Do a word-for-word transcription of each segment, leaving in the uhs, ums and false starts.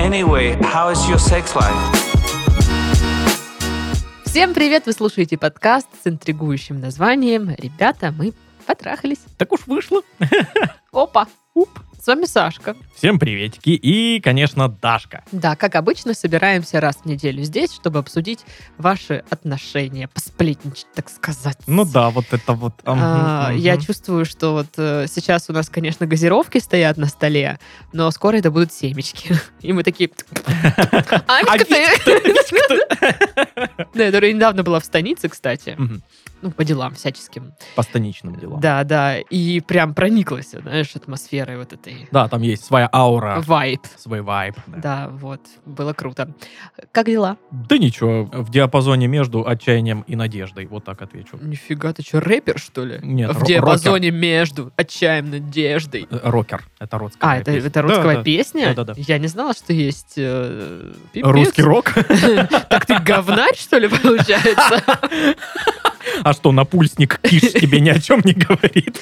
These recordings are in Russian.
Anyway, how is your sex life? Всем привет! Вы слушаете подкаст с интригующим названием «Ребята, мы потрахались». Так уж вышло. Опа! Уп! С вами Сашка. Всем приветики. И, конечно, Дашка. Да, как обычно, собираемся раз в неделю здесь, чтобы обсудить ваши отношения, посплетничать, так сказать. Ну да, вот это вот. А, я чувствую, что вот э, сейчас у нас, конечно, газировки стоят на столе, но скоро это будут семечки. И мы такие... Амечка ты! Да, которая недавно была в станице, кстати. Ну, по делам всяческим. По станичным делам. Да, да. И прям прониклась, знаешь, атмосферой вот этой. Да, там есть своя аура. Вайб. Свой вайб. Да. да, вот. Было круто. Как дела? Да ничего. В диапазоне между отчаянием и надеждой. Вот так отвечу. Нифига, ты что, рэпер, что ли? Нет, В диапазоне между отчаянием и надеждой. Рокер. Это родская А, это, песня. это русская да, песня? Да, да, да. Я не знала, что есть э, русский рок? Так ты говнарь, что ли, получается? А что, напульсник киш тебе ни о чем не говорит?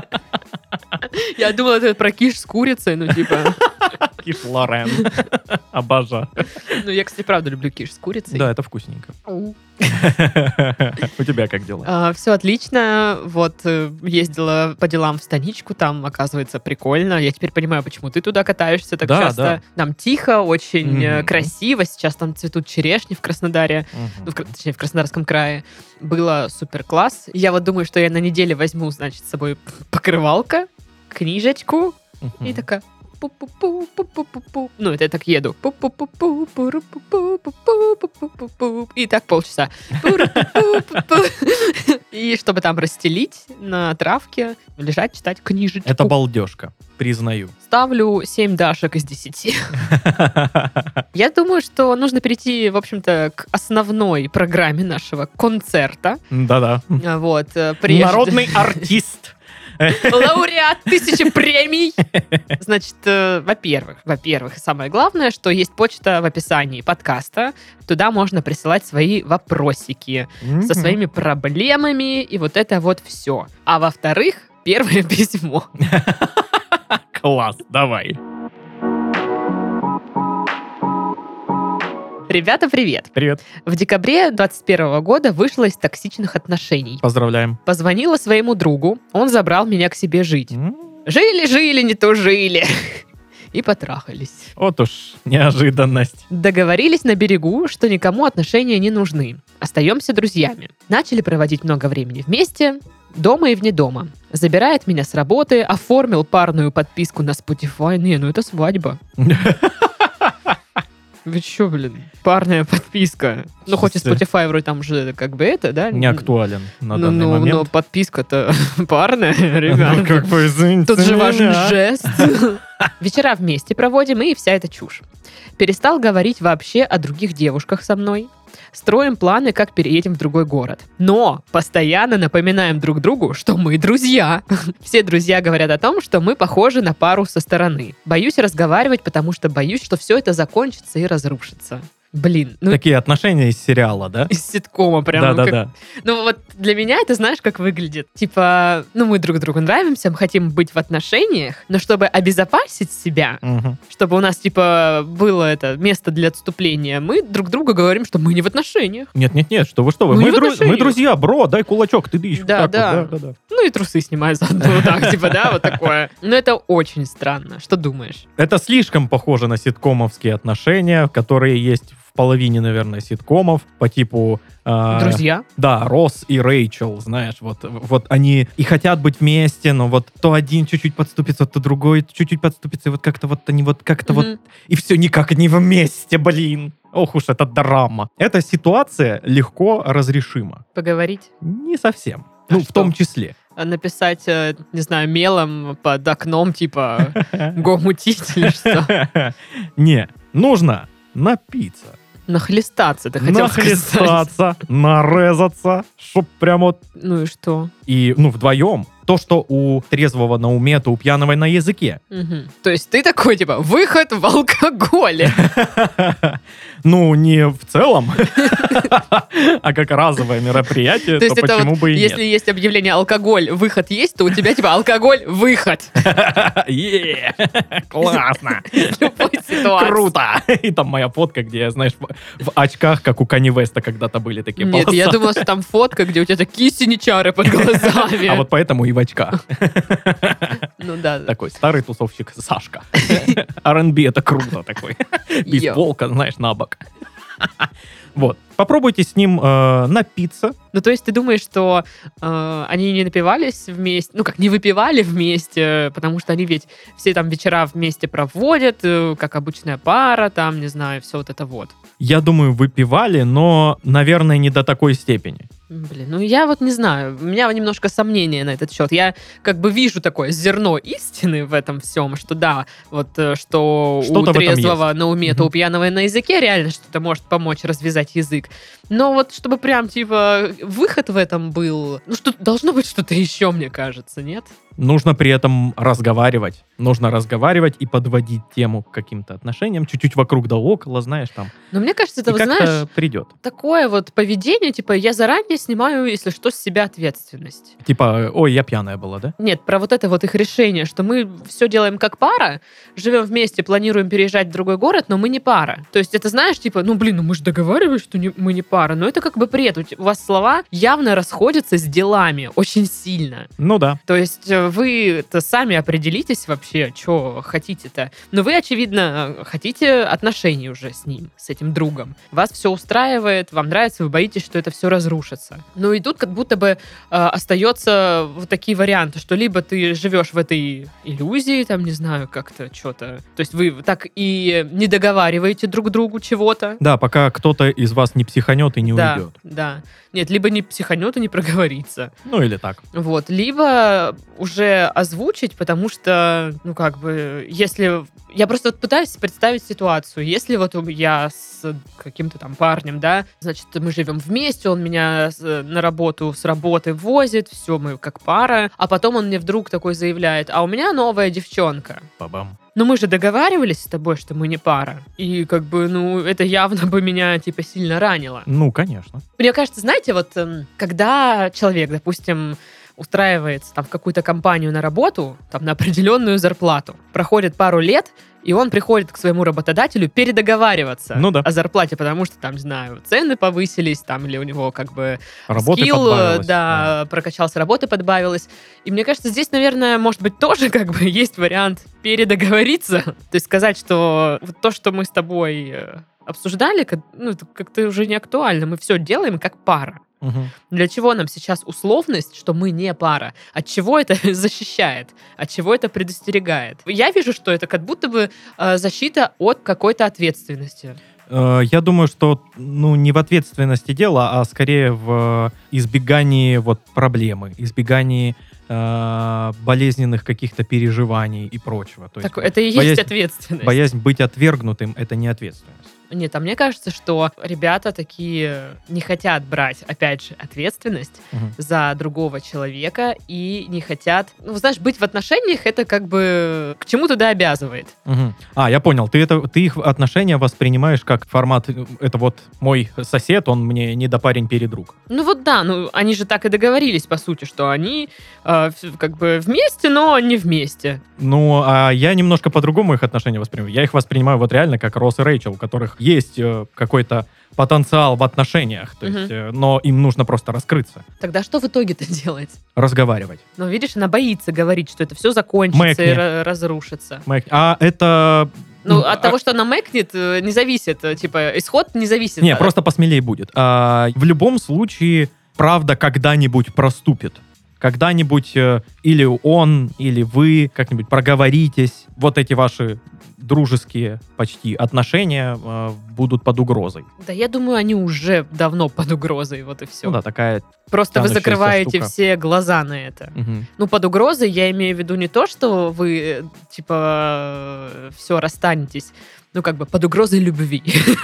Я думала, это про киш с курицей, ну типа... Киш Лорен. Обожаю. Ну, я, кстати, правда люблю киш с курицей. Да, это вкусненько. У тебя как дела? А, все отлично. Вот э, ездила по делам в станичку, там, оказывается, прикольно. Я теперь понимаю, почему ты туда катаешься так да, часто. Да. Там тихо, очень mm-hmm. красиво. Сейчас там цветут черешни в Краснодаре, mm-hmm. ну, в, точнее, в Краснодарском крае. Было супер класс. Я вот думаю, что я на неделе возьму, значит, с собой покрывалка, книжечку mm-hmm. и такая... Пу-пу-пу-пу-пу-пу-пу. Ну, это я так еду. И так полчаса. И чтобы там расстелить на травке, лежать, читать книжечку. Это балдежка, признаю. Ставлю семь дашек из десяти. Я думаю, что нужно перейти, в общем-то, к основной программе нашего концерта. Да-да. Вот. Народный артист. Лауреат тысячи премий. Значит, э, во-первых, во-первых, самое главное, что есть почта в описании подкаста. Туда можно присылать свои вопросики mm-hmm. со своими проблемами и вот это вот все. А во-вторых, первое письмо. Класс, давай. Ребята, привет. Привет. В декабре двадцать первого года вышла из токсичных отношений. Поздравляем. Позвонила своему другу, он забрал меня к себе жить. Mm. Жили-жили, не то жили. И потрахались. Вот уж неожиданность. Договорились на берегу, что никому отношения не нужны. Остаемся друзьями. Начали проводить много времени вместе, дома и вне дома. Забирает меня с работы, оформил парную подписку на Spotify. Не, ну это свадьба. Вы чё, блин? Парная подписка. Ну, хоть и Spotify вроде там уже как бы это, да? Не актуален на ну, данный ну, момент. Но подписка-то парная, ребята. Ну, как бы, извините Тут же меня. важен жест. Вечера вместе проводим, и вся эта чушь. Перестал говорить вообще о других девушках со мной. Строим планы, как переедем в другой город. Но постоянно напоминаем друг другу, что мы друзья. Все друзья говорят о том, что мы похожи на пару со стороны. Боюсь разговаривать, потому что боюсь, что все это закончится и разрушится. Блин, ну... Такие отношения из сериала, да? Из ситкома прям. Да-да-да. Как... Ну вот для меня это, знаешь, как выглядит. Типа, ну мы друг другу нравимся, мы хотим быть в отношениях, но чтобы обезопасить себя, угу. чтобы у нас, типа, было это место для отступления, мы друг другу говорим, что мы не в отношениях. Нет-нет-нет, что вы, что вы. Мы, мы, не дру... мы друзья, бро, дай кулачок, ты дышишь. Да, вот да. Вот, да, да, да. Ну и трусы снимай заодно, вот так, типа, да, вот такое. Но это очень странно. Что думаешь? Это слишком похоже на ситкомовские отношения, которые есть в половине, наверное, ситкомов по типу... Э, Друзья? Да, Росс и Рэйчел, знаешь, вот, вот они и хотят быть вместе, но вот то один чуть-чуть подступится, то другой чуть-чуть подступится, и вот как-то вот они вот как-то mm-hmm. вот... И все никак не вместе, блин. Ох уж это драма. Эта ситуация легко разрешима. Поговорить? Не совсем. А ну, что? в том числе. Написать, не знаю, мелом под окном, типа, го мутить или что? Не, нужно напиться. Нахлестаться, ты хотел Нахлестаться, нарезаться, чтоб прям вот... Ну и что? И, ну, вдвоем то, что у трезвого на уме, то у пьяного на языке. Мгм. То есть ты такой, типа, выход в алкоголе. Ну, не в целом, а как разовое мероприятие, То то есть это почему вот, бы и если нет. есть объявление алкоголь, выход есть, то у тебя типа алкоголь, выход. Е, классно, В любой ситуации. круто. И там моя фотка, где я, знаешь, в в очках, как у Кани Веста когда-то были такие Нет, я полосатые. думала, что там фотка, где у тебя такие синячары под глазами. А вот поэтому и в очках. Ну да. Такой старый тусовщик Сашка. ар энд би это круто такой. Бейсболка, знаешь, на бок. Вот. Попробуйте с ним э, напиться. Ну, то есть ты думаешь, что э, они не напивались вместе, ну, как, не выпивали вместе, потому что они ведь все там вечера вместе проводят, э, как обычная пара, там, не знаю, все вот это вот. Я думаю, выпивали, но, наверное, не до такой степени. Блин, ну я вот не знаю, у меня немножко сомнения на этот счет. Я как бы вижу такое зерно истины в этом всем, что да, вот э, что Что-то у в этом трезвого есть. на уме, то Мгм. у пьяного на языке реально что-то может помочь развязать язык. Но вот чтобы прям типа выход в этом был, ну что должно быть что-то еще, мне кажется, нет? Нужно при этом разговаривать. Нужно разговаривать и подводить тему к каким-то отношениям. Чуть-чуть вокруг да около, знаешь, там. Но мне кажется, это, И вот, как-то знаешь, придет. такое вот поведение, типа я заранее снимаю, если что, с себя ответственность. Типа, ой, я пьяная была, да? Нет, про вот это вот их решение, что мы все делаем как пара, живем вместе, планируем переезжать в другой город, но мы не пара. То есть это, знаешь, типа, ну, блин, ну мы же договаривались, что не- мы не пара, но это как бы бред. У те- у вас слова явно расходятся с делами очень сильно. Ну да. То есть э, вы-то сами определитесь вообще, что хотите-то. Но вы, очевидно, э, хотите отношений уже с ним, с этим другом. Вас все устраивает, вам нравится, вы боитесь, что это все разрушится. Ну и тут как будто бы э, остается вот такие варианты, что либо ты живешь в этой иллюзии, там, не знаю, как-то что-то. То есть вы так и не договариваете друг другу чего-то. Да, пока кто-то из вас не психанет и не Да, уйдет. да. Нет, либо не психанет и не проговорится. Ну или так. Вот, либо уже озвучить, потому что, ну, как бы, если... Я просто вот пытаюсь представить ситуацию. Если вот у- я с каким-то там парнем, да, значит, мы живем вместе, он меня с- на работу с работы возит, все, мы как пара, а потом он мне вдруг такой заявляет, а у меня новая девчонка. Бабам. Ну, мы же договаривались с тобой, что мы не пара. И, как бы, ну, это явно бы меня, типа, сильно ранило. Ну, конечно. Мне кажется, знаете, вот эм, когда человек, допустим, устраивается там в какую-то компанию на работу, там на определенную зарплату, проходит пару лет, и он приходит к своему работодателю передоговариваться Ну да. о зарплате, потому что там, не знаю, цены повысились, там, или у него как бы Работы скилл, подбавилось, да, прокачался, работы подбавилось. И мне кажется, здесь, наверное, может быть, тоже как бы есть вариант передоговориться. То есть сказать, что вот то, что мы с тобой э, обсуждали, как- ну, это как-то уже не актуально. Мы все делаем как пара. Мгм. Для чего нам сейчас условность, что мы не пара? От чего это защищает? От чего это предостерегает? Я вижу, что это как будто бы э, защита от какой-то ответственности. Э, Я думаю, что ну, не в ответственности дело, а скорее в избегании вот, проблемы, избегании э, болезненных каких-то переживаний и прочего. То есть Так, это и есть боязнь- ответственность. боязнь быть отвергнутым — это не ответственность. Нет, а мне кажется, что ребята такие не хотят брать, опять же, ответственность Мгм. за другого человека и не хотят... Ну, знаешь, быть в отношениях, это как бы к чему-то да обязывает. Мгм. А, я понял. Ты, это, ты их отношения воспринимаешь как формат, э, это вот мой сосед, он мне недопарень-передруг. Ну вот да, ну они же так и договорились, по сути, что они э, в- как бы вместе, но не вместе. Ну, а я немножко по-другому их отношения воспринимаю. Я их воспринимаю вот реально как Росс и Рэйчел, у которых есть э, какой-то потенциал в отношениях, то Мгм. есть, э, но им нужно просто раскрыться, Тогда что в итоге-то делать? разговаривать. Ну, видишь, она боится говорить, что это все закончится Мэкни. и ра- разрушится. Майк, А это... Ну, а- от того, что она мэкнет, э, не зависит, э, типа, исход не зависит. Не, от- просто посмелее будет. А, в любом случае, правда когда-нибудь проступит. Когда-нибудь э, или он, или вы как-нибудь проговоритесь. Вот эти ваши дружеские почти отношения э, будут под угрозой. Да, я думаю, они уже давно под угрозой, вот и все. Ну да, такая... Просто вы тянущаяся закрываете штука. все глаза на это. мгм. Ну, под угрозой я имею в виду не то, что вы, э, типа, все расстанетесь, ну, как бы под угрозой любви.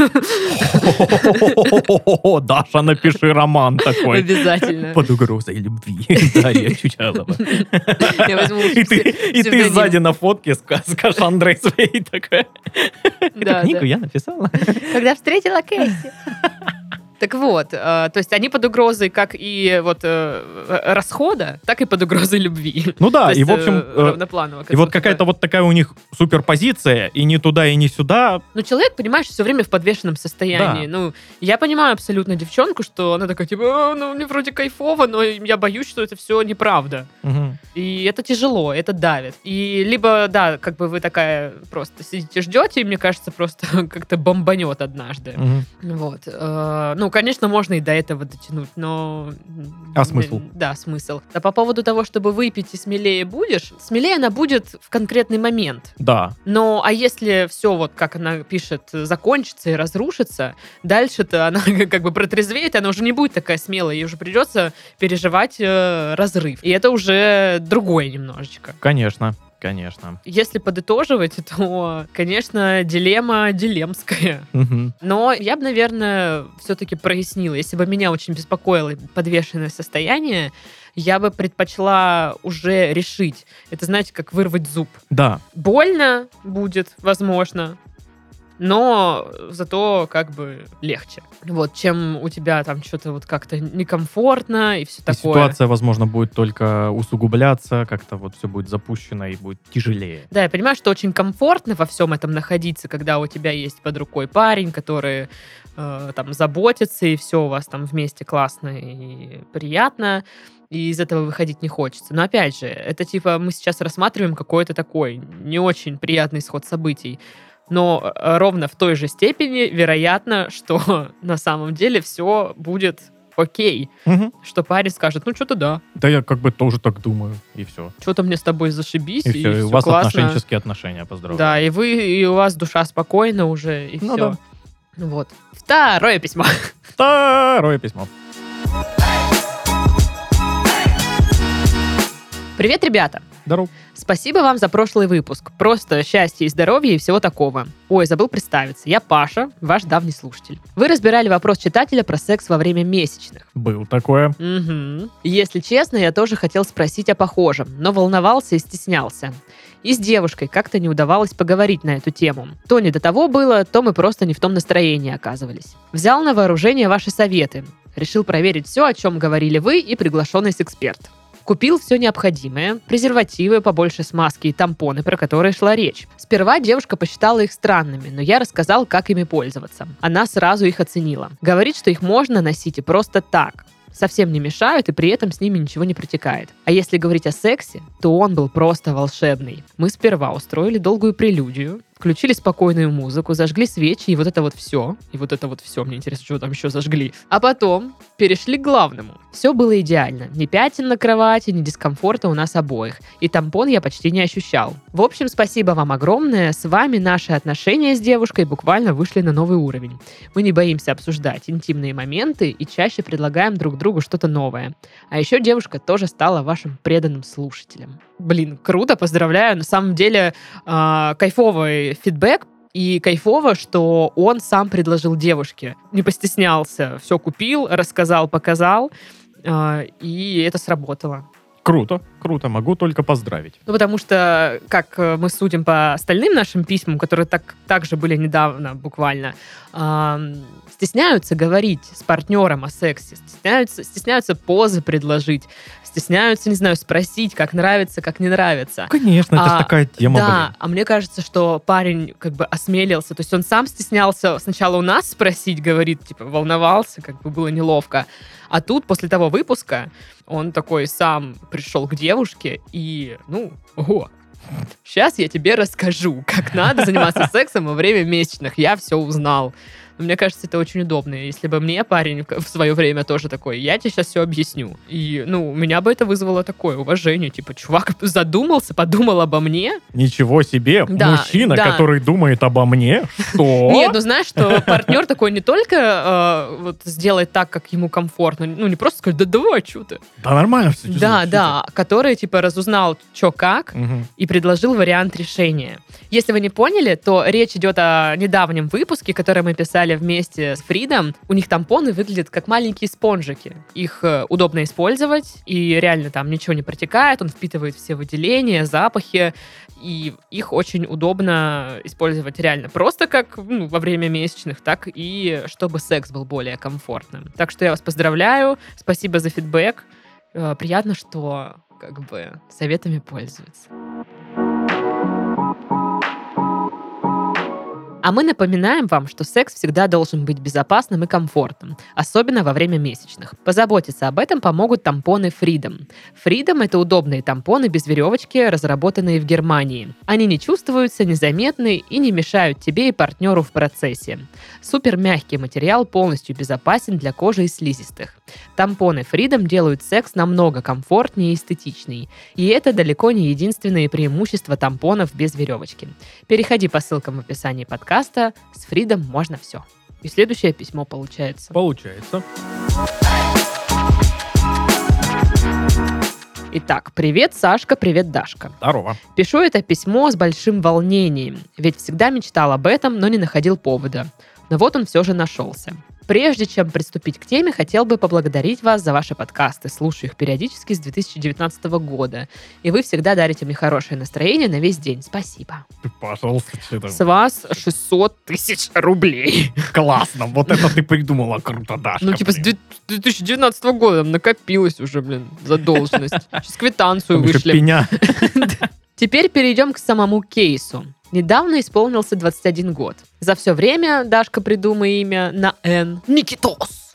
Даша, напиши роман такой. Обязательно. Под угрозой любви. Дарья Чучалова. Я возьму И ты, и ты псевдоним. сзади на фотке с Кашандрой своей такая. Эту Да, книгу да. я написала. Когда встретила Кэсси. Так вот, э, то есть они под угрозой как и вот э, расхода, так и под угрозой любви. Ну да, То есть, и в общем... э, э, равнопланово. И вот какая-то вот такая у них суперпозиция, и не туда, и не сюда. Ну, человек, понимаешь, все время в подвешенном состоянии. Да. Ну, я понимаю абсолютно девчонку, что она такая, типа, «А, ну, мне вроде кайфово, но я боюсь, что это все неправда. Мгм. И это тяжело, это давит. И либо, да, как бы вы такая просто сидите, ждете, и, мне кажется, просто как-то бомбанет однажды. Мгм. Вот. Э, Ну, конечно, можно и до этого дотянуть, но... А смысл? Да, смысл. А по поводу того, чтобы выпить и смелее будешь, смелее она будет в конкретный момент. Да. Но, а если все, вот как она пишет, закончится и разрушится, дальше-то она как бы протрезвеет, она уже не будет такая смелая, ей уже придется переживать э, разрыв. И это уже другое немножечко. Конечно, конечно. Если подытоживать, то, конечно, дилемма дилеммская. Мгм. Но я бы, наверное, все-таки прояснила. Если бы меня очень беспокоило подвешенное состояние, я бы предпочла уже решить. Это, знаете, как вырвать зуб. Да. Больно будет, возможно, но зато как бы легче. Вот, чем у тебя там что-то вот как-то некомфортно и все И такое. ситуация, возможно, будет только усугубляться, как-то вот все будет запущено и будет тяжелее. Да, я понимаю, что очень комфортно во всем этом находиться, когда у тебя есть под рукой парень, который э, там заботится, и все у вас там вместе классно и приятно, и из этого выходить не хочется. Но опять же, это типа мы сейчас рассматриваем какой-то такой не очень приятный исход событий. Но э, ровно в той же степени вероятно, что на самом деле все будет окей. Мгм. Что парень скажет, ну что-то да, Да я как бы тоже так думаю, и все. что-то мне с тобой зашибись, И и, все, и всё у вас классно. отношенческие отношения, поздравляю. Да, и вы, и у вас душа спокойна уже, и Ну все. да. Вот. Второе письмо. Второе письмо. Привет, ребята. Здорово. Спасибо вам за прошлый выпуск. Просто счастья и здоровья и всего такого. Ой, забыл представиться. Я Паша, ваш давний слушатель. Вы разбирали вопрос читателя про секс во время месячных. Был такое. Угу. Если честно, я тоже хотел спросить о похожем, но волновался и стеснялся. И с девушкой как-то не удавалось поговорить на эту тему. То не до того было, то мы просто не в том настроении оказывались. Взял на вооружение ваши советы. Решил проверить все, о чем говорили вы и приглашенный эксперт. Купил все необходимое, презервативы, побольше смазки и тампоны, про которые шла речь. Сперва девушка посчитала их странными, но я рассказал, как ими пользоваться. Она сразу их оценила. Говорит, что их можно носить и просто так. Совсем не мешают, и при этом с ними ничего не протекает. А если говорить о сексе, то он был просто волшебный. Мы сперва устроили долгую прелюдию, включили спокойную музыку, зажгли свечи, и вот это вот все. И вот это вот все, мне интересно, что там еще зажгли. А потом перешли к главному. Все было идеально. Ни пятен на кровати, ни дискомфорта у нас обоих. И тампон я почти не ощущал. В общем, спасибо вам огромное. С вами наши отношения с девушкой буквально вышли на новый уровень. Мы не боимся обсуждать интимные моменты и чаще предлагаем друг другу что-то новое. А еще девушка тоже стала вашим преданным слушателем. Блин, круто, поздравляю. На самом деле, э, кайфовый фидбэк. И кайфово, что он сам предложил девушке. Не постеснялся, все купил, рассказал, показал. э, И это сработало. Круто, круто, могу только поздравить. Ну, потому что, как э, мы судим по остальным нашим письмам, которые так, также были недавно буквально, эм, стесняются говорить с партнером о сексе, стесняются, стесняются позы предложить, стесняются, не знаю, спросить, как нравится, как не нравится. Конечно, это А, же такая тема, Да, блин. а мне кажется, что парень как бы осмелился, то есть он сам стеснялся сначала у нас спросить, говорит, типа, волновался, как бы было неловко, а тут после того выпуска он такой сам пришел к девушке и, ну, ого, сейчас я тебе расскажу, как надо заниматься сексом во время месячных, я все узнал. Мне кажется, это очень удобно. Если бы мне парень в свое время тоже такой, я тебе сейчас все объясню. И, ну, у меня бы это вызвало такое уважение. Типа, чувак задумался, подумал обо мне. Ничего себе, Да, мужчина, да. который думает обо мне? Что? Нет, ну знаешь, что партнер такой не только э, вот сделает так, как ему комфортно, ну не просто скажет, да давай, что ты. Да нормально все. Да, да, который типа разузнал, что как, Мгм. и предложил вариант решения. Если вы не поняли, то речь идет о недавнем выпуске, который мы писали вместе с Фридом. У них тампоны выглядят как маленькие спонжики. Их э, удобно использовать, и реально там ничего не протекает, он впитывает все выделения, запахи, и их очень удобно использовать реально просто как ну, во время месячных, так и чтобы секс был более комфортным. Так что я вас поздравляю, спасибо за фидбэк. Э, Приятно, что как бы советами пользуются. А мы напоминаем вам, что секс всегда должен быть безопасным и комфортным, особенно во время месячных. Позаботиться об этом помогут тампоны Freedom. Freedom — это удобные тампоны без веревочки, разработанные в Германии. Они не чувствуются, незаметны и не мешают тебе и партнеру в процессе. Супер мягкий материал полностью безопасен для кожи и слизистых. Тампоны Freedom делают секс намного комфортнее и эстетичнее. И это далеко не единственное преимущество тампонов без веревочки. Переходи по ссылкам в описании подкаста. С Freedom можно все. И следующее письмо получается. Получается. Итак, привет, Сашка, привет, Дашка. Здорово. Пишу это письмо с большим волнением, ведь всегда мечтал об этом, но не находил повода. Но вот он все же нашелся. Прежде чем приступить к теме, хотел бы поблагодарить вас за ваши подкасты. Слушаю их периодически с две тысячи девятнадцатого года. И вы всегда дарите мне хорошее настроение на весь день. Спасибо. Пожалуйста, что там. С вас шестьсот тысяч рублей. Классно, вот это ты придумала, круто, Дашка. Ну, типа, с блин. две тысячи девятнадцатого года накопилось уже, блин, задолженность. Сейчас квитанцию Там еще вышлем. пеня. Теперь перейдем к самому кейсу. Недавно исполнился двадцать один год. За все время, Дашка, придумай имя на «Н». Никитос.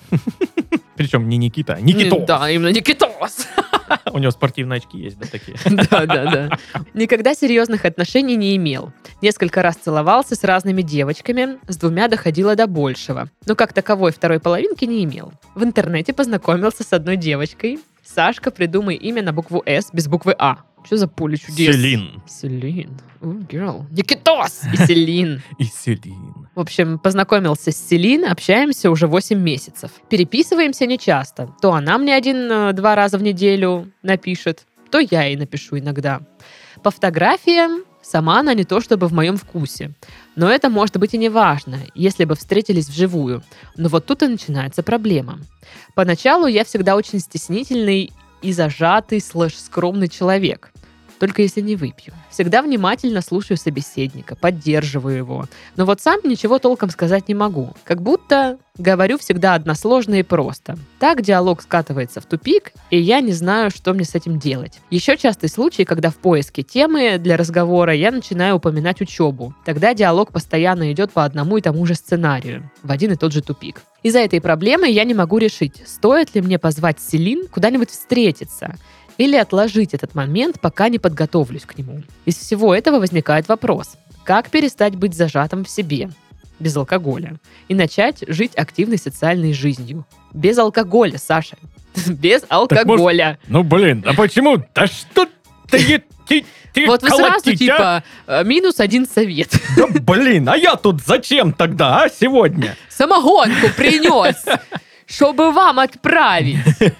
Причем не Никита, а Никитос. Да, именно Никитос. У него спортивные очки есть, да, такие? Да, да, да. Никогда серьезных отношений не имел. Несколько раз целовался с разными девочками, с двумя доходило до большего. Но как таковой второй половинки не имел. В интернете познакомился с одной девочкой. Сашка, придумай имя на букву «С» без буквы «А». Что за поле чудес? Селин. Селин. О, girl. Никитос и Селин. И Селин. В общем, познакомился с Селин, общаемся уже восемь месяцев. Переписываемся нечасто. То она мне один-два раза в неделю напишет, то я ей напишу иногда. По фотографиям сама она не то чтобы в моем вкусе. Но это может быть и не важно, если бы встретились вживую. Но вот тут и начинается проблема. Поначалу я всегда очень стеснительный и зажатый слэш-скромный человек. Только если не выпью. Всегда внимательно слушаю собеседника, поддерживаю его. Но вот сам ничего толком сказать не могу. Как будто говорю всегда односложно и просто. Так диалог скатывается в тупик, и я не знаю, что мне с этим делать. Еще частый случай, когда в поиске темы для разговора я начинаю упоминать учебу. Тогда диалог постоянно идет по одному и тому же сценарию, в один и тот же тупик. Из-за этой проблемы я не могу решить, стоит ли мне позвать Селин куда-нибудь встретиться, или отложить этот момент, пока не подготовлюсь к нему. Из всего этого возникает вопрос, как перестать быть зажатым в себе, без алкоголя, и начать жить активной социальной жизнью. Без алкоголя, Саша. Без алкоголя. Ну, блин, а почему? Да что ты... ты- ты Вот вы сразу, колотить, а? типа, э, минус один совет. Да, блин, а я тут зачем тогда, а, сегодня? Самогонку принес, чтобы вам отправить.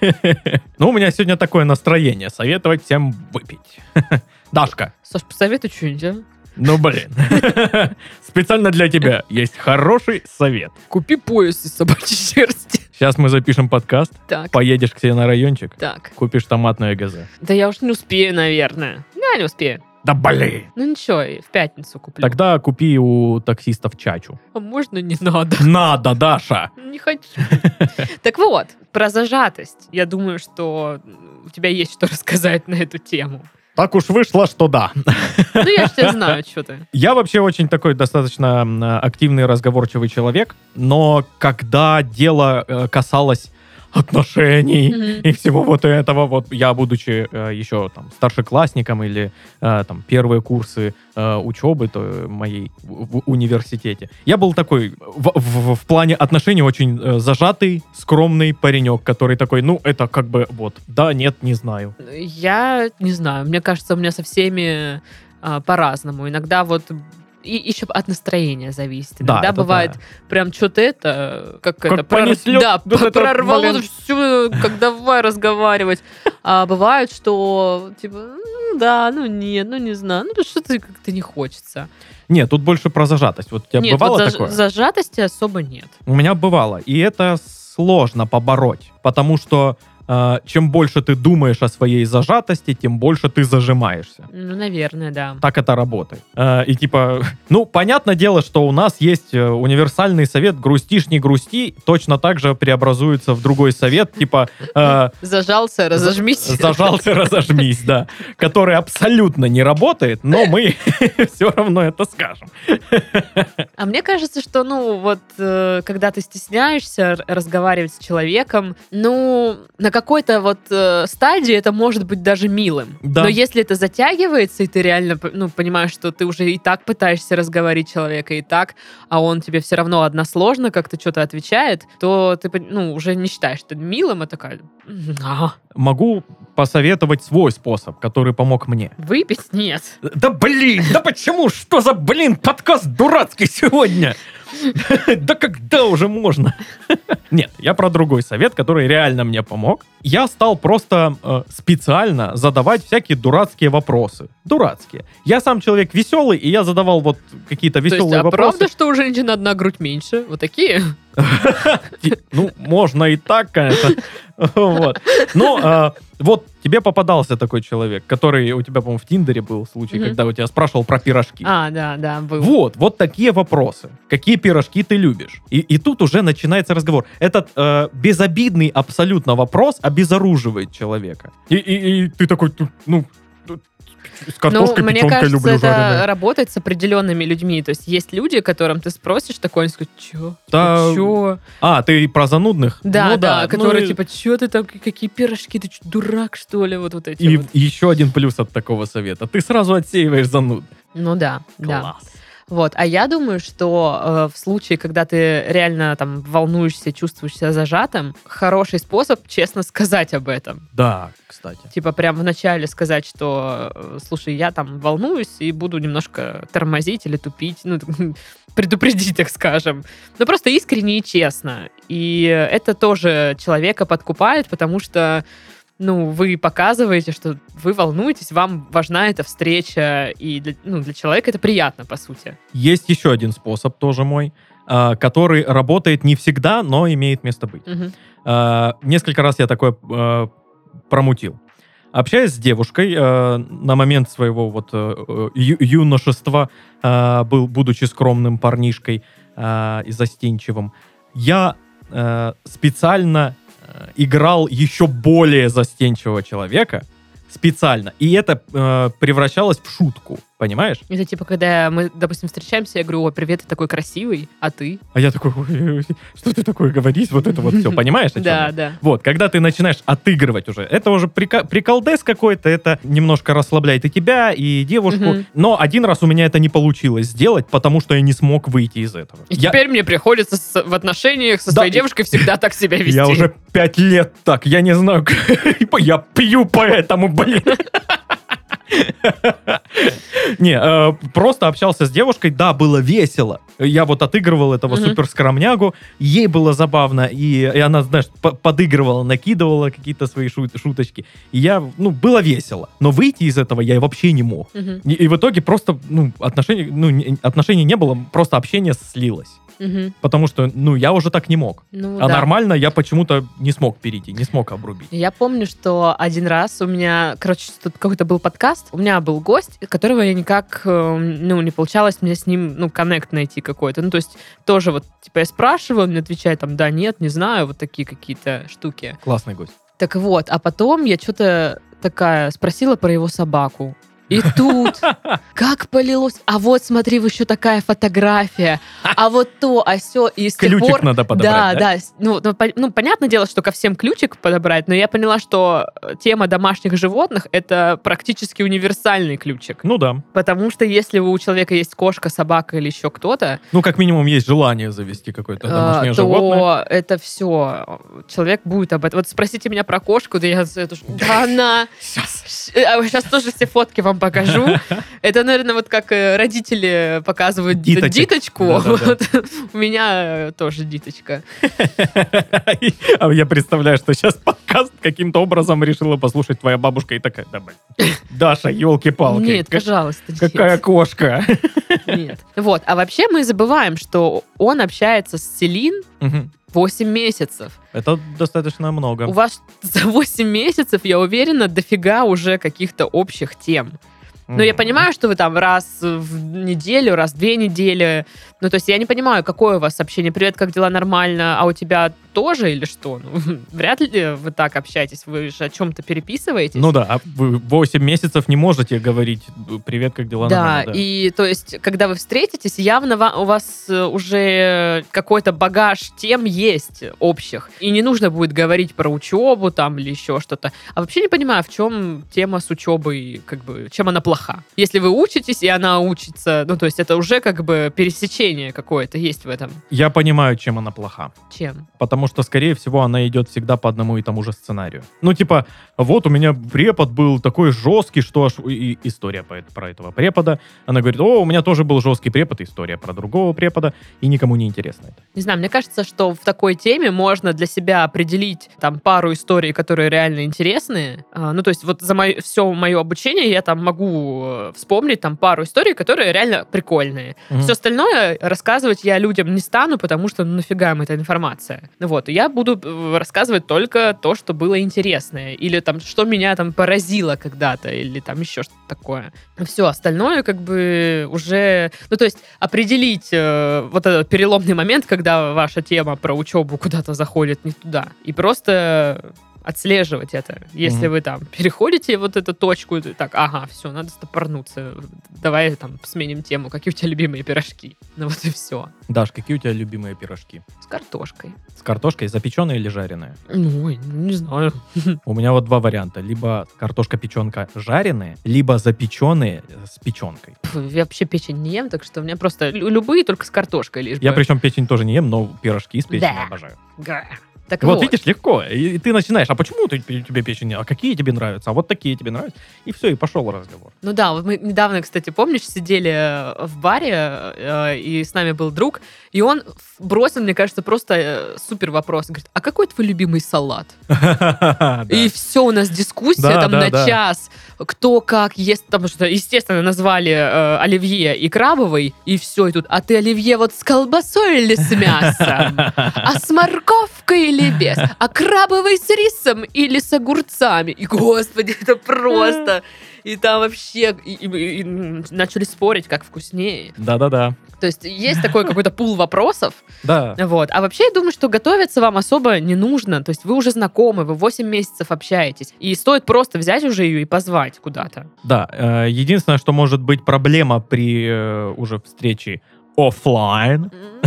Ну, у меня сегодня такое настроение. Советовать всем выпить. Дашка, Саш, посоветуй что-нибудь, а? ну, блин. Специально для тебя есть хороший совет. Купи пояс из собачьей шерсти. Сейчас мы запишем подкаст, Так, поедешь к себе на райончик, так. купишь томатную ГЗ. Да я уж не успею, наверное. Да, не успею. Да, блин. Ну ничего, и в пятницу куплю. Тогда купи у таксистов чачу. А можно не надо? Надо, Даша. Не хочу. Так вот, про зажатость. Я думаю, что у тебя есть что рассказать на эту тему. Так уж вышло, что да. Ну, я же тебя знаю, что ты. Я вообще очень такой достаточно м, активный, разговорчивый человек, но когда дело э, касалось отношений Мгм. и всего вот этого. Вот я, будучи э, еще там старшеклассником или э, там первые курсы э, учебы то, моей в, в университете, я был такой в, в- в плане отношений очень э, зажатый, скромный паренек, который такой, ну, это как бы вот, да, нет, не знаю. Я не знаю, мне кажется, у меня со всеми а, по-разному. Иногда вот и еще от настроения зависит. Да, Иногда это бывает да. прям что-то это, как, Как это, прор- понесло, да, вот это, прорвало блин. всю, как давай разговаривать. А бывает, что типа, ну да, ну нет, ну не знаю, ну что-то как-то не хочется. Нет, тут больше про зажатость. Вот у тебя Нет, бывало вот заж- такое? зажатости особо нет. У меня бывало. И это сложно побороть. Потому что э, чем больше ты думаешь о своей зажатости, тем больше ты зажимаешься. Ну, наверное, да. Так это работает. Э, и типа, ну, понятное дело, что у нас есть э, универсальный совет «грустишь, не грусти», точно так же преобразуется в другой совет, типа э, Зажался, разожмись. «зажался, разожмись», да, который абсолютно не работает, но мы все равно это скажем. А мне кажется, что, ну, вот, э, когда ты стесняешься р- разговаривать с человеком, ну, на какой-то вот э, стадии это может быть даже милым. Да. Но если это затягивается, и ты реально, п- ну, понимаешь, что ты уже и так пытаешься разговорить человека, и так, а он тебе все равно односложно как-то что-то отвечает, то ты, пон- ну, уже не считаешь это милым, а такая, «М, а, Могу посоветовать свой способ, который помог мне. выпить? Нет. Да блин, да почему? Что за, блин, подкаст дурацкий сегодня? Да когда уже можно? Нет, я про другой совет, который реально мне помог. Я стал просто э, специально задавать всякие дурацкие вопросы. Дурацкие. Я сам человек веселый, и я задавал вот какие-то То есть, веселые а вопросы. правда, что у женщин одна грудь меньше? Вот такие? И- Ну, можно и так, конечно. Вот. Но э, вот тебе попадался такой человек, который у тебя, по-моему, в Тиндере был случай, Мгм. когда у тебя спрашивал про пирожки. А, да, да, был. Вот, вот такие вопросы. Какие пирожки ты любишь? И, и тут уже начинается разговор. Этот э, безобидный абсолютно вопрос обезоруживает человека. И, и- и ты такой, «Ту- ну, ту- с картошкой, Ну, мне печенкой кажется, люблю это жареной». работает с определенными людьми. То есть есть люди, которым ты спросишь такое, они скажут, чё? Да, Типа, чё? А, ты про занудных? Да, Ну да, ну которые и- типа, чё ты там, какие пирожки, ты чё, дурак, что ли? Вот, вот эти И вот. еще один плюс от такого совета. Ты сразу отсеиваешь зануд. Ну да, да. Класс. Вот, а я думаю, что э, в случае, когда ты реально там волнуешься, чувствуешь себя зажатым, хороший способ честно сказать об этом. Да, кстати. Типа прям вначале сказать, что, э, слушай, я там волнуюсь и буду немножко тормозить или тупить, ну, предупредить, так скажем. Ну, просто искренне и честно. И это тоже человека подкупает, потому что, ну, вы показываете, что вы волнуетесь, вам важна эта встреча, и для, ну, для человека это приятно, по сути. Есть еще один способ, тоже мой, а, который работает не всегда, но имеет место быть. Мгм. А, Несколько раз я такое а, промутил. Общаясь с девушкой э, на момент своего вот э, э, ю- юношества, э, был, будучи скромным парнишкой э, и застенчивым, я э, специально э, играл еще более застенчивого человека, специально, и это э, превращалось в шутку, понимаешь? Это типа, когда мы, допустим, встречаемся, я говорю, о, привет, ты такой красивый, а ты? А я такой, «Ой, что ты такое говоришь, вот это вот все, понимаешь? о чем Да, я? да. Вот, когда ты начинаешь отыгрывать уже, это уже прика- приколдес какой-то, это немножко расслабляет и тебя, и девушку. Мгм. Но один раз у меня это не получилось сделать, потому что я не смог выйти из этого. И Я, теперь мне приходится с- в отношениях со Да, своей и- девушкой всегда так себя вести. я уже пять лет так, я не знаю, я пью поэтому, блин. Не, э, просто общался с девушкой, да, было весело. Я вот отыгрывал этого Мгм. суперскромнягу, ей было забавно, и, и она, знаешь, по- подыгрывала, накидывала какие-то свои шут- шуточки. И я, ну, было весело. Но выйти из этого я вообще не мог. Мгм, И, и в итоге просто, ну, отношений, ну, не- отношений не было, просто общение слилось. мгм. Потому что, ну, я уже так не мог. Ну, А да. нормально я почему-то не смог перейти, не смог обрубить. Я помню, что один раз у меня, короче, тут какой-то был подкаст, у меня был гость, которого я никак, э, ну, не получалось мне с ним, ну, коннект найти какой-то. Ну, то есть тоже вот, типа, я спрашиваю, он мне отвечает там, да, нет, не знаю, вот такие какие-то штуки. Классный гость. Так вот, а потом я что-то такая спросила про его собаку. И тут как полилось. А вот смотри, еще такая фотография. А вот то, а сё. И с тех Ключик пор... надо подобрать, Да, да? да. Ну, ну, по- ну, понятное дело, что ко всем ключик подобрать, но я поняла, что тема домашних животных — это практически универсальный ключик. Ну да. Потому что если у человека есть кошка, собака или еще кто-то, Ну, как минимум, есть желание завести какое-то домашнее э, животное. то это все. Человек будет об этом. Вот спросите меня про кошку, да я это ж- да она... Сейчас тоже все фотки вам покажу. Это, наверное, вот как э, родители показывают Диточек. диточку. Да-да-да. Вот у меня э, тоже диточка. А я представляю, что сейчас подкаст каким-то образом решила послушать твоя бабушка и такая, да, блин, Даша, елки-палки. Нет, пожалуйста, нет. Какая кошка. Нет. Вот. А вообще мы забываем, что он общается с Селин Мгм. восемь месяцев. Это достаточно много. У вас за восемь месяцев, я уверена, дофига уже каких-то общих тем. Ну, я понимаю, что вы там раз в неделю, раз в две недели. Ну, то есть я не понимаю, какое у вас общение. Привет, как дела, нормально? А у тебя тоже или что? Ну, вряд ли вы так общаетесь. Вы же о чем-то переписываетесь. Ну да, а вы восемь месяцев не можете говорить «Привет, как дела?» Да, нормально, и то есть, когда вы встретитесь, явно ва- у вас э, уже какой-то багаж тем есть общих. И не нужно будет говорить про учебу там или еще что-то. А вообще не понимаю, в чем тема с учебой, как бы, чем она плоха. Если вы учитесь, и она учится, ну, то есть это уже как бы пересечение какое-то есть в этом. Я понимаю, чем она плоха. Чем? Потому что, скорее всего, она идет всегда по одному и тому же сценарию. Ну, типа, вот у меня препод был такой жесткий, что аж... И история по- про этого препода. Она говорит, о, у меня тоже был жесткий препод, история про другого препода, и никому не интересно это. Не знаю, мне кажется, что в такой теме можно для себя определить там пару историй, которые реально интересные. А, ну, то есть вот за мое, все мое обучение я там могу э, вспомнить там пару историй, которые реально прикольные. Мгм. Все остальное рассказывать я людям не стану, потому что ну, нафига им эта информация. Вот, и я буду э, рассказывать только то, что было интересное, или там, что меня там поразило когда-то, или там еще что-то такое. Все остальное как бы уже... Ну, то есть определить э, вот этот переломный момент, когда ваша тема про учебу куда-то заходит не туда, и просто отслеживать это. Если Мгм. вы там переходите вот эту точку, и так, ага, все, надо стопорнуться. Давай там сменим тему. Какие у тебя любимые пирожки? Ну вот и все. Даш, какие у тебя любимые пирожки? С картошкой. С картошкой запеченные или жареные? Ну, ой, ну, не знаю. У меня вот два варианта. Либо картошка-печенка жареные, либо запеченные с печенкой. Фу, я вообще печень не ем, так что у меня просто лю- любые только с картошкой лишь Я бы. причем печень тоже не ем, но пирожки с печенью Да. обожаю. Га. Так Вот, вот. видишь, легко. И, и ты начинаешь, а почему ты, тебе печень не? А какие тебе нравятся? А вот такие тебе нравятся? И все, и пошел разговор. Ну да, вот мы недавно, кстати, помнишь, сидели э, в баре, э, и с нами был друг, и он ф- бросил, мне кажется, просто э, супер вопрос. Говорит, а какой твой любимый салат? И все, у нас дискуссия Да, там да, на да. час, кто как ест, потому что, естественно, назвали э, оливье и крабовый, и все, и тут, а ты оливье вот с колбасой или с мясом? А с морковкой или без? А крабовый с рисом или с огурцами? И, господи, это просто... И там вообще и, и- и начали спорить, как вкуснее. Да-да-да. То есть есть такой какой-то пул вопросов. Да. Вот. А вообще, я думаю, что готовиться вам особо не нужно. То есть вы уже знакомы, вы восемь месяцев общаетесь. И стоит просто взять уже ее и позвать куда-то. Да. э, Единственное, что может быть проблема при э, уже встрече оффлайн.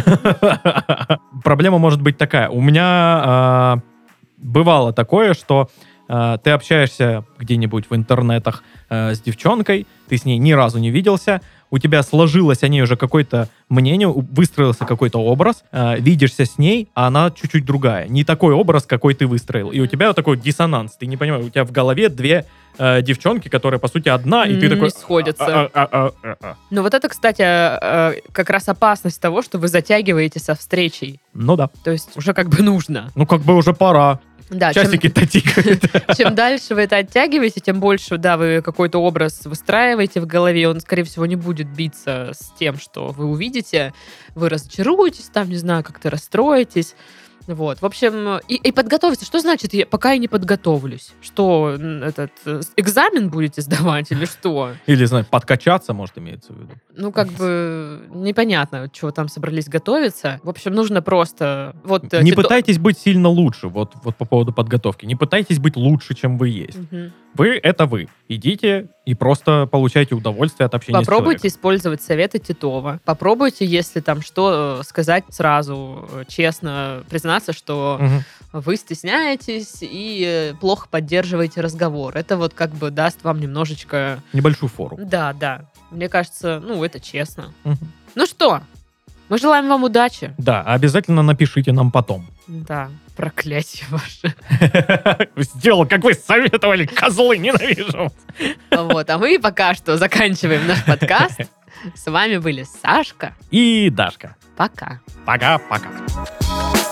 Проблема может быть такая. У меня э, бывало такое, что э, ты общаешься где-нибудь в интернетах э, с девчонкой, ты с ней ни разу не виделся, у тебя сложилось о ней уже какое-то мнение, у- выстроился какой-то образ, э, видишься с ней, а она чуть-чуть другая. Не такой образ, какой ты выстроил. И у тебя вот такой диссонанс. Ты не понимаешь, у тебя в голове две э, девчонки, которые, по сути, одна, и ты Не такой... сходятся. «А, а, а, а, а». Ну вот это, кстати, э, как раз опасность того, что вы затягиваете со встречей. Ну да. То есть уже как бы нужно. Ну как бы уже пора. Да, чем, Часики-то тикают. чем дальше вы это оттягиваете, тем больше, да, вы какой-то образ выстраиваете в голове, он, скорее всего, не будет биться с тем, что вы увидите. Вы разочаруетесь, там, не знаю, как-то расстроитесь. Вот, в общем, и, и подготовиться. Что значит, я пока я не подготовлюсь? Что, м, этот, э, экзамен будете сдавать или что? Или, знаю, подкачаться, может, имеется в виду. Ну, как бы непонятно, чего там собрались готовиться. В общем, нужно просто... Вот, э, Не ситу- пытайтесь быть сильно лучше, вот, вот по поводу подготовки. Не пытайтесь быть лучше, чем вы есть. Мгм. Вы — это вы. Идите и просто получайте удовольствие от общения Попробуйте с человеком. использовать советы Титова. Попробуйте, если там что, сказать сразу, честно, признаться, что Мгм. вы стесняетесь и плохо поддерживаете разговор. Это вот как бы даст вам немножечко... Небольшую фору. Да, да. Мне кажется, ну, это честно. Мгм. Ну что, мы желаем вам удачи. Да, обязательно напишите нам потом. Да, проклятие ваше. Сделал, как вы советовали, козлы, ненавижу. Вот, а мы пока что заканчиваем наш подкаст. С вами были Сашка. И Дашка. Пока. Пока-пока.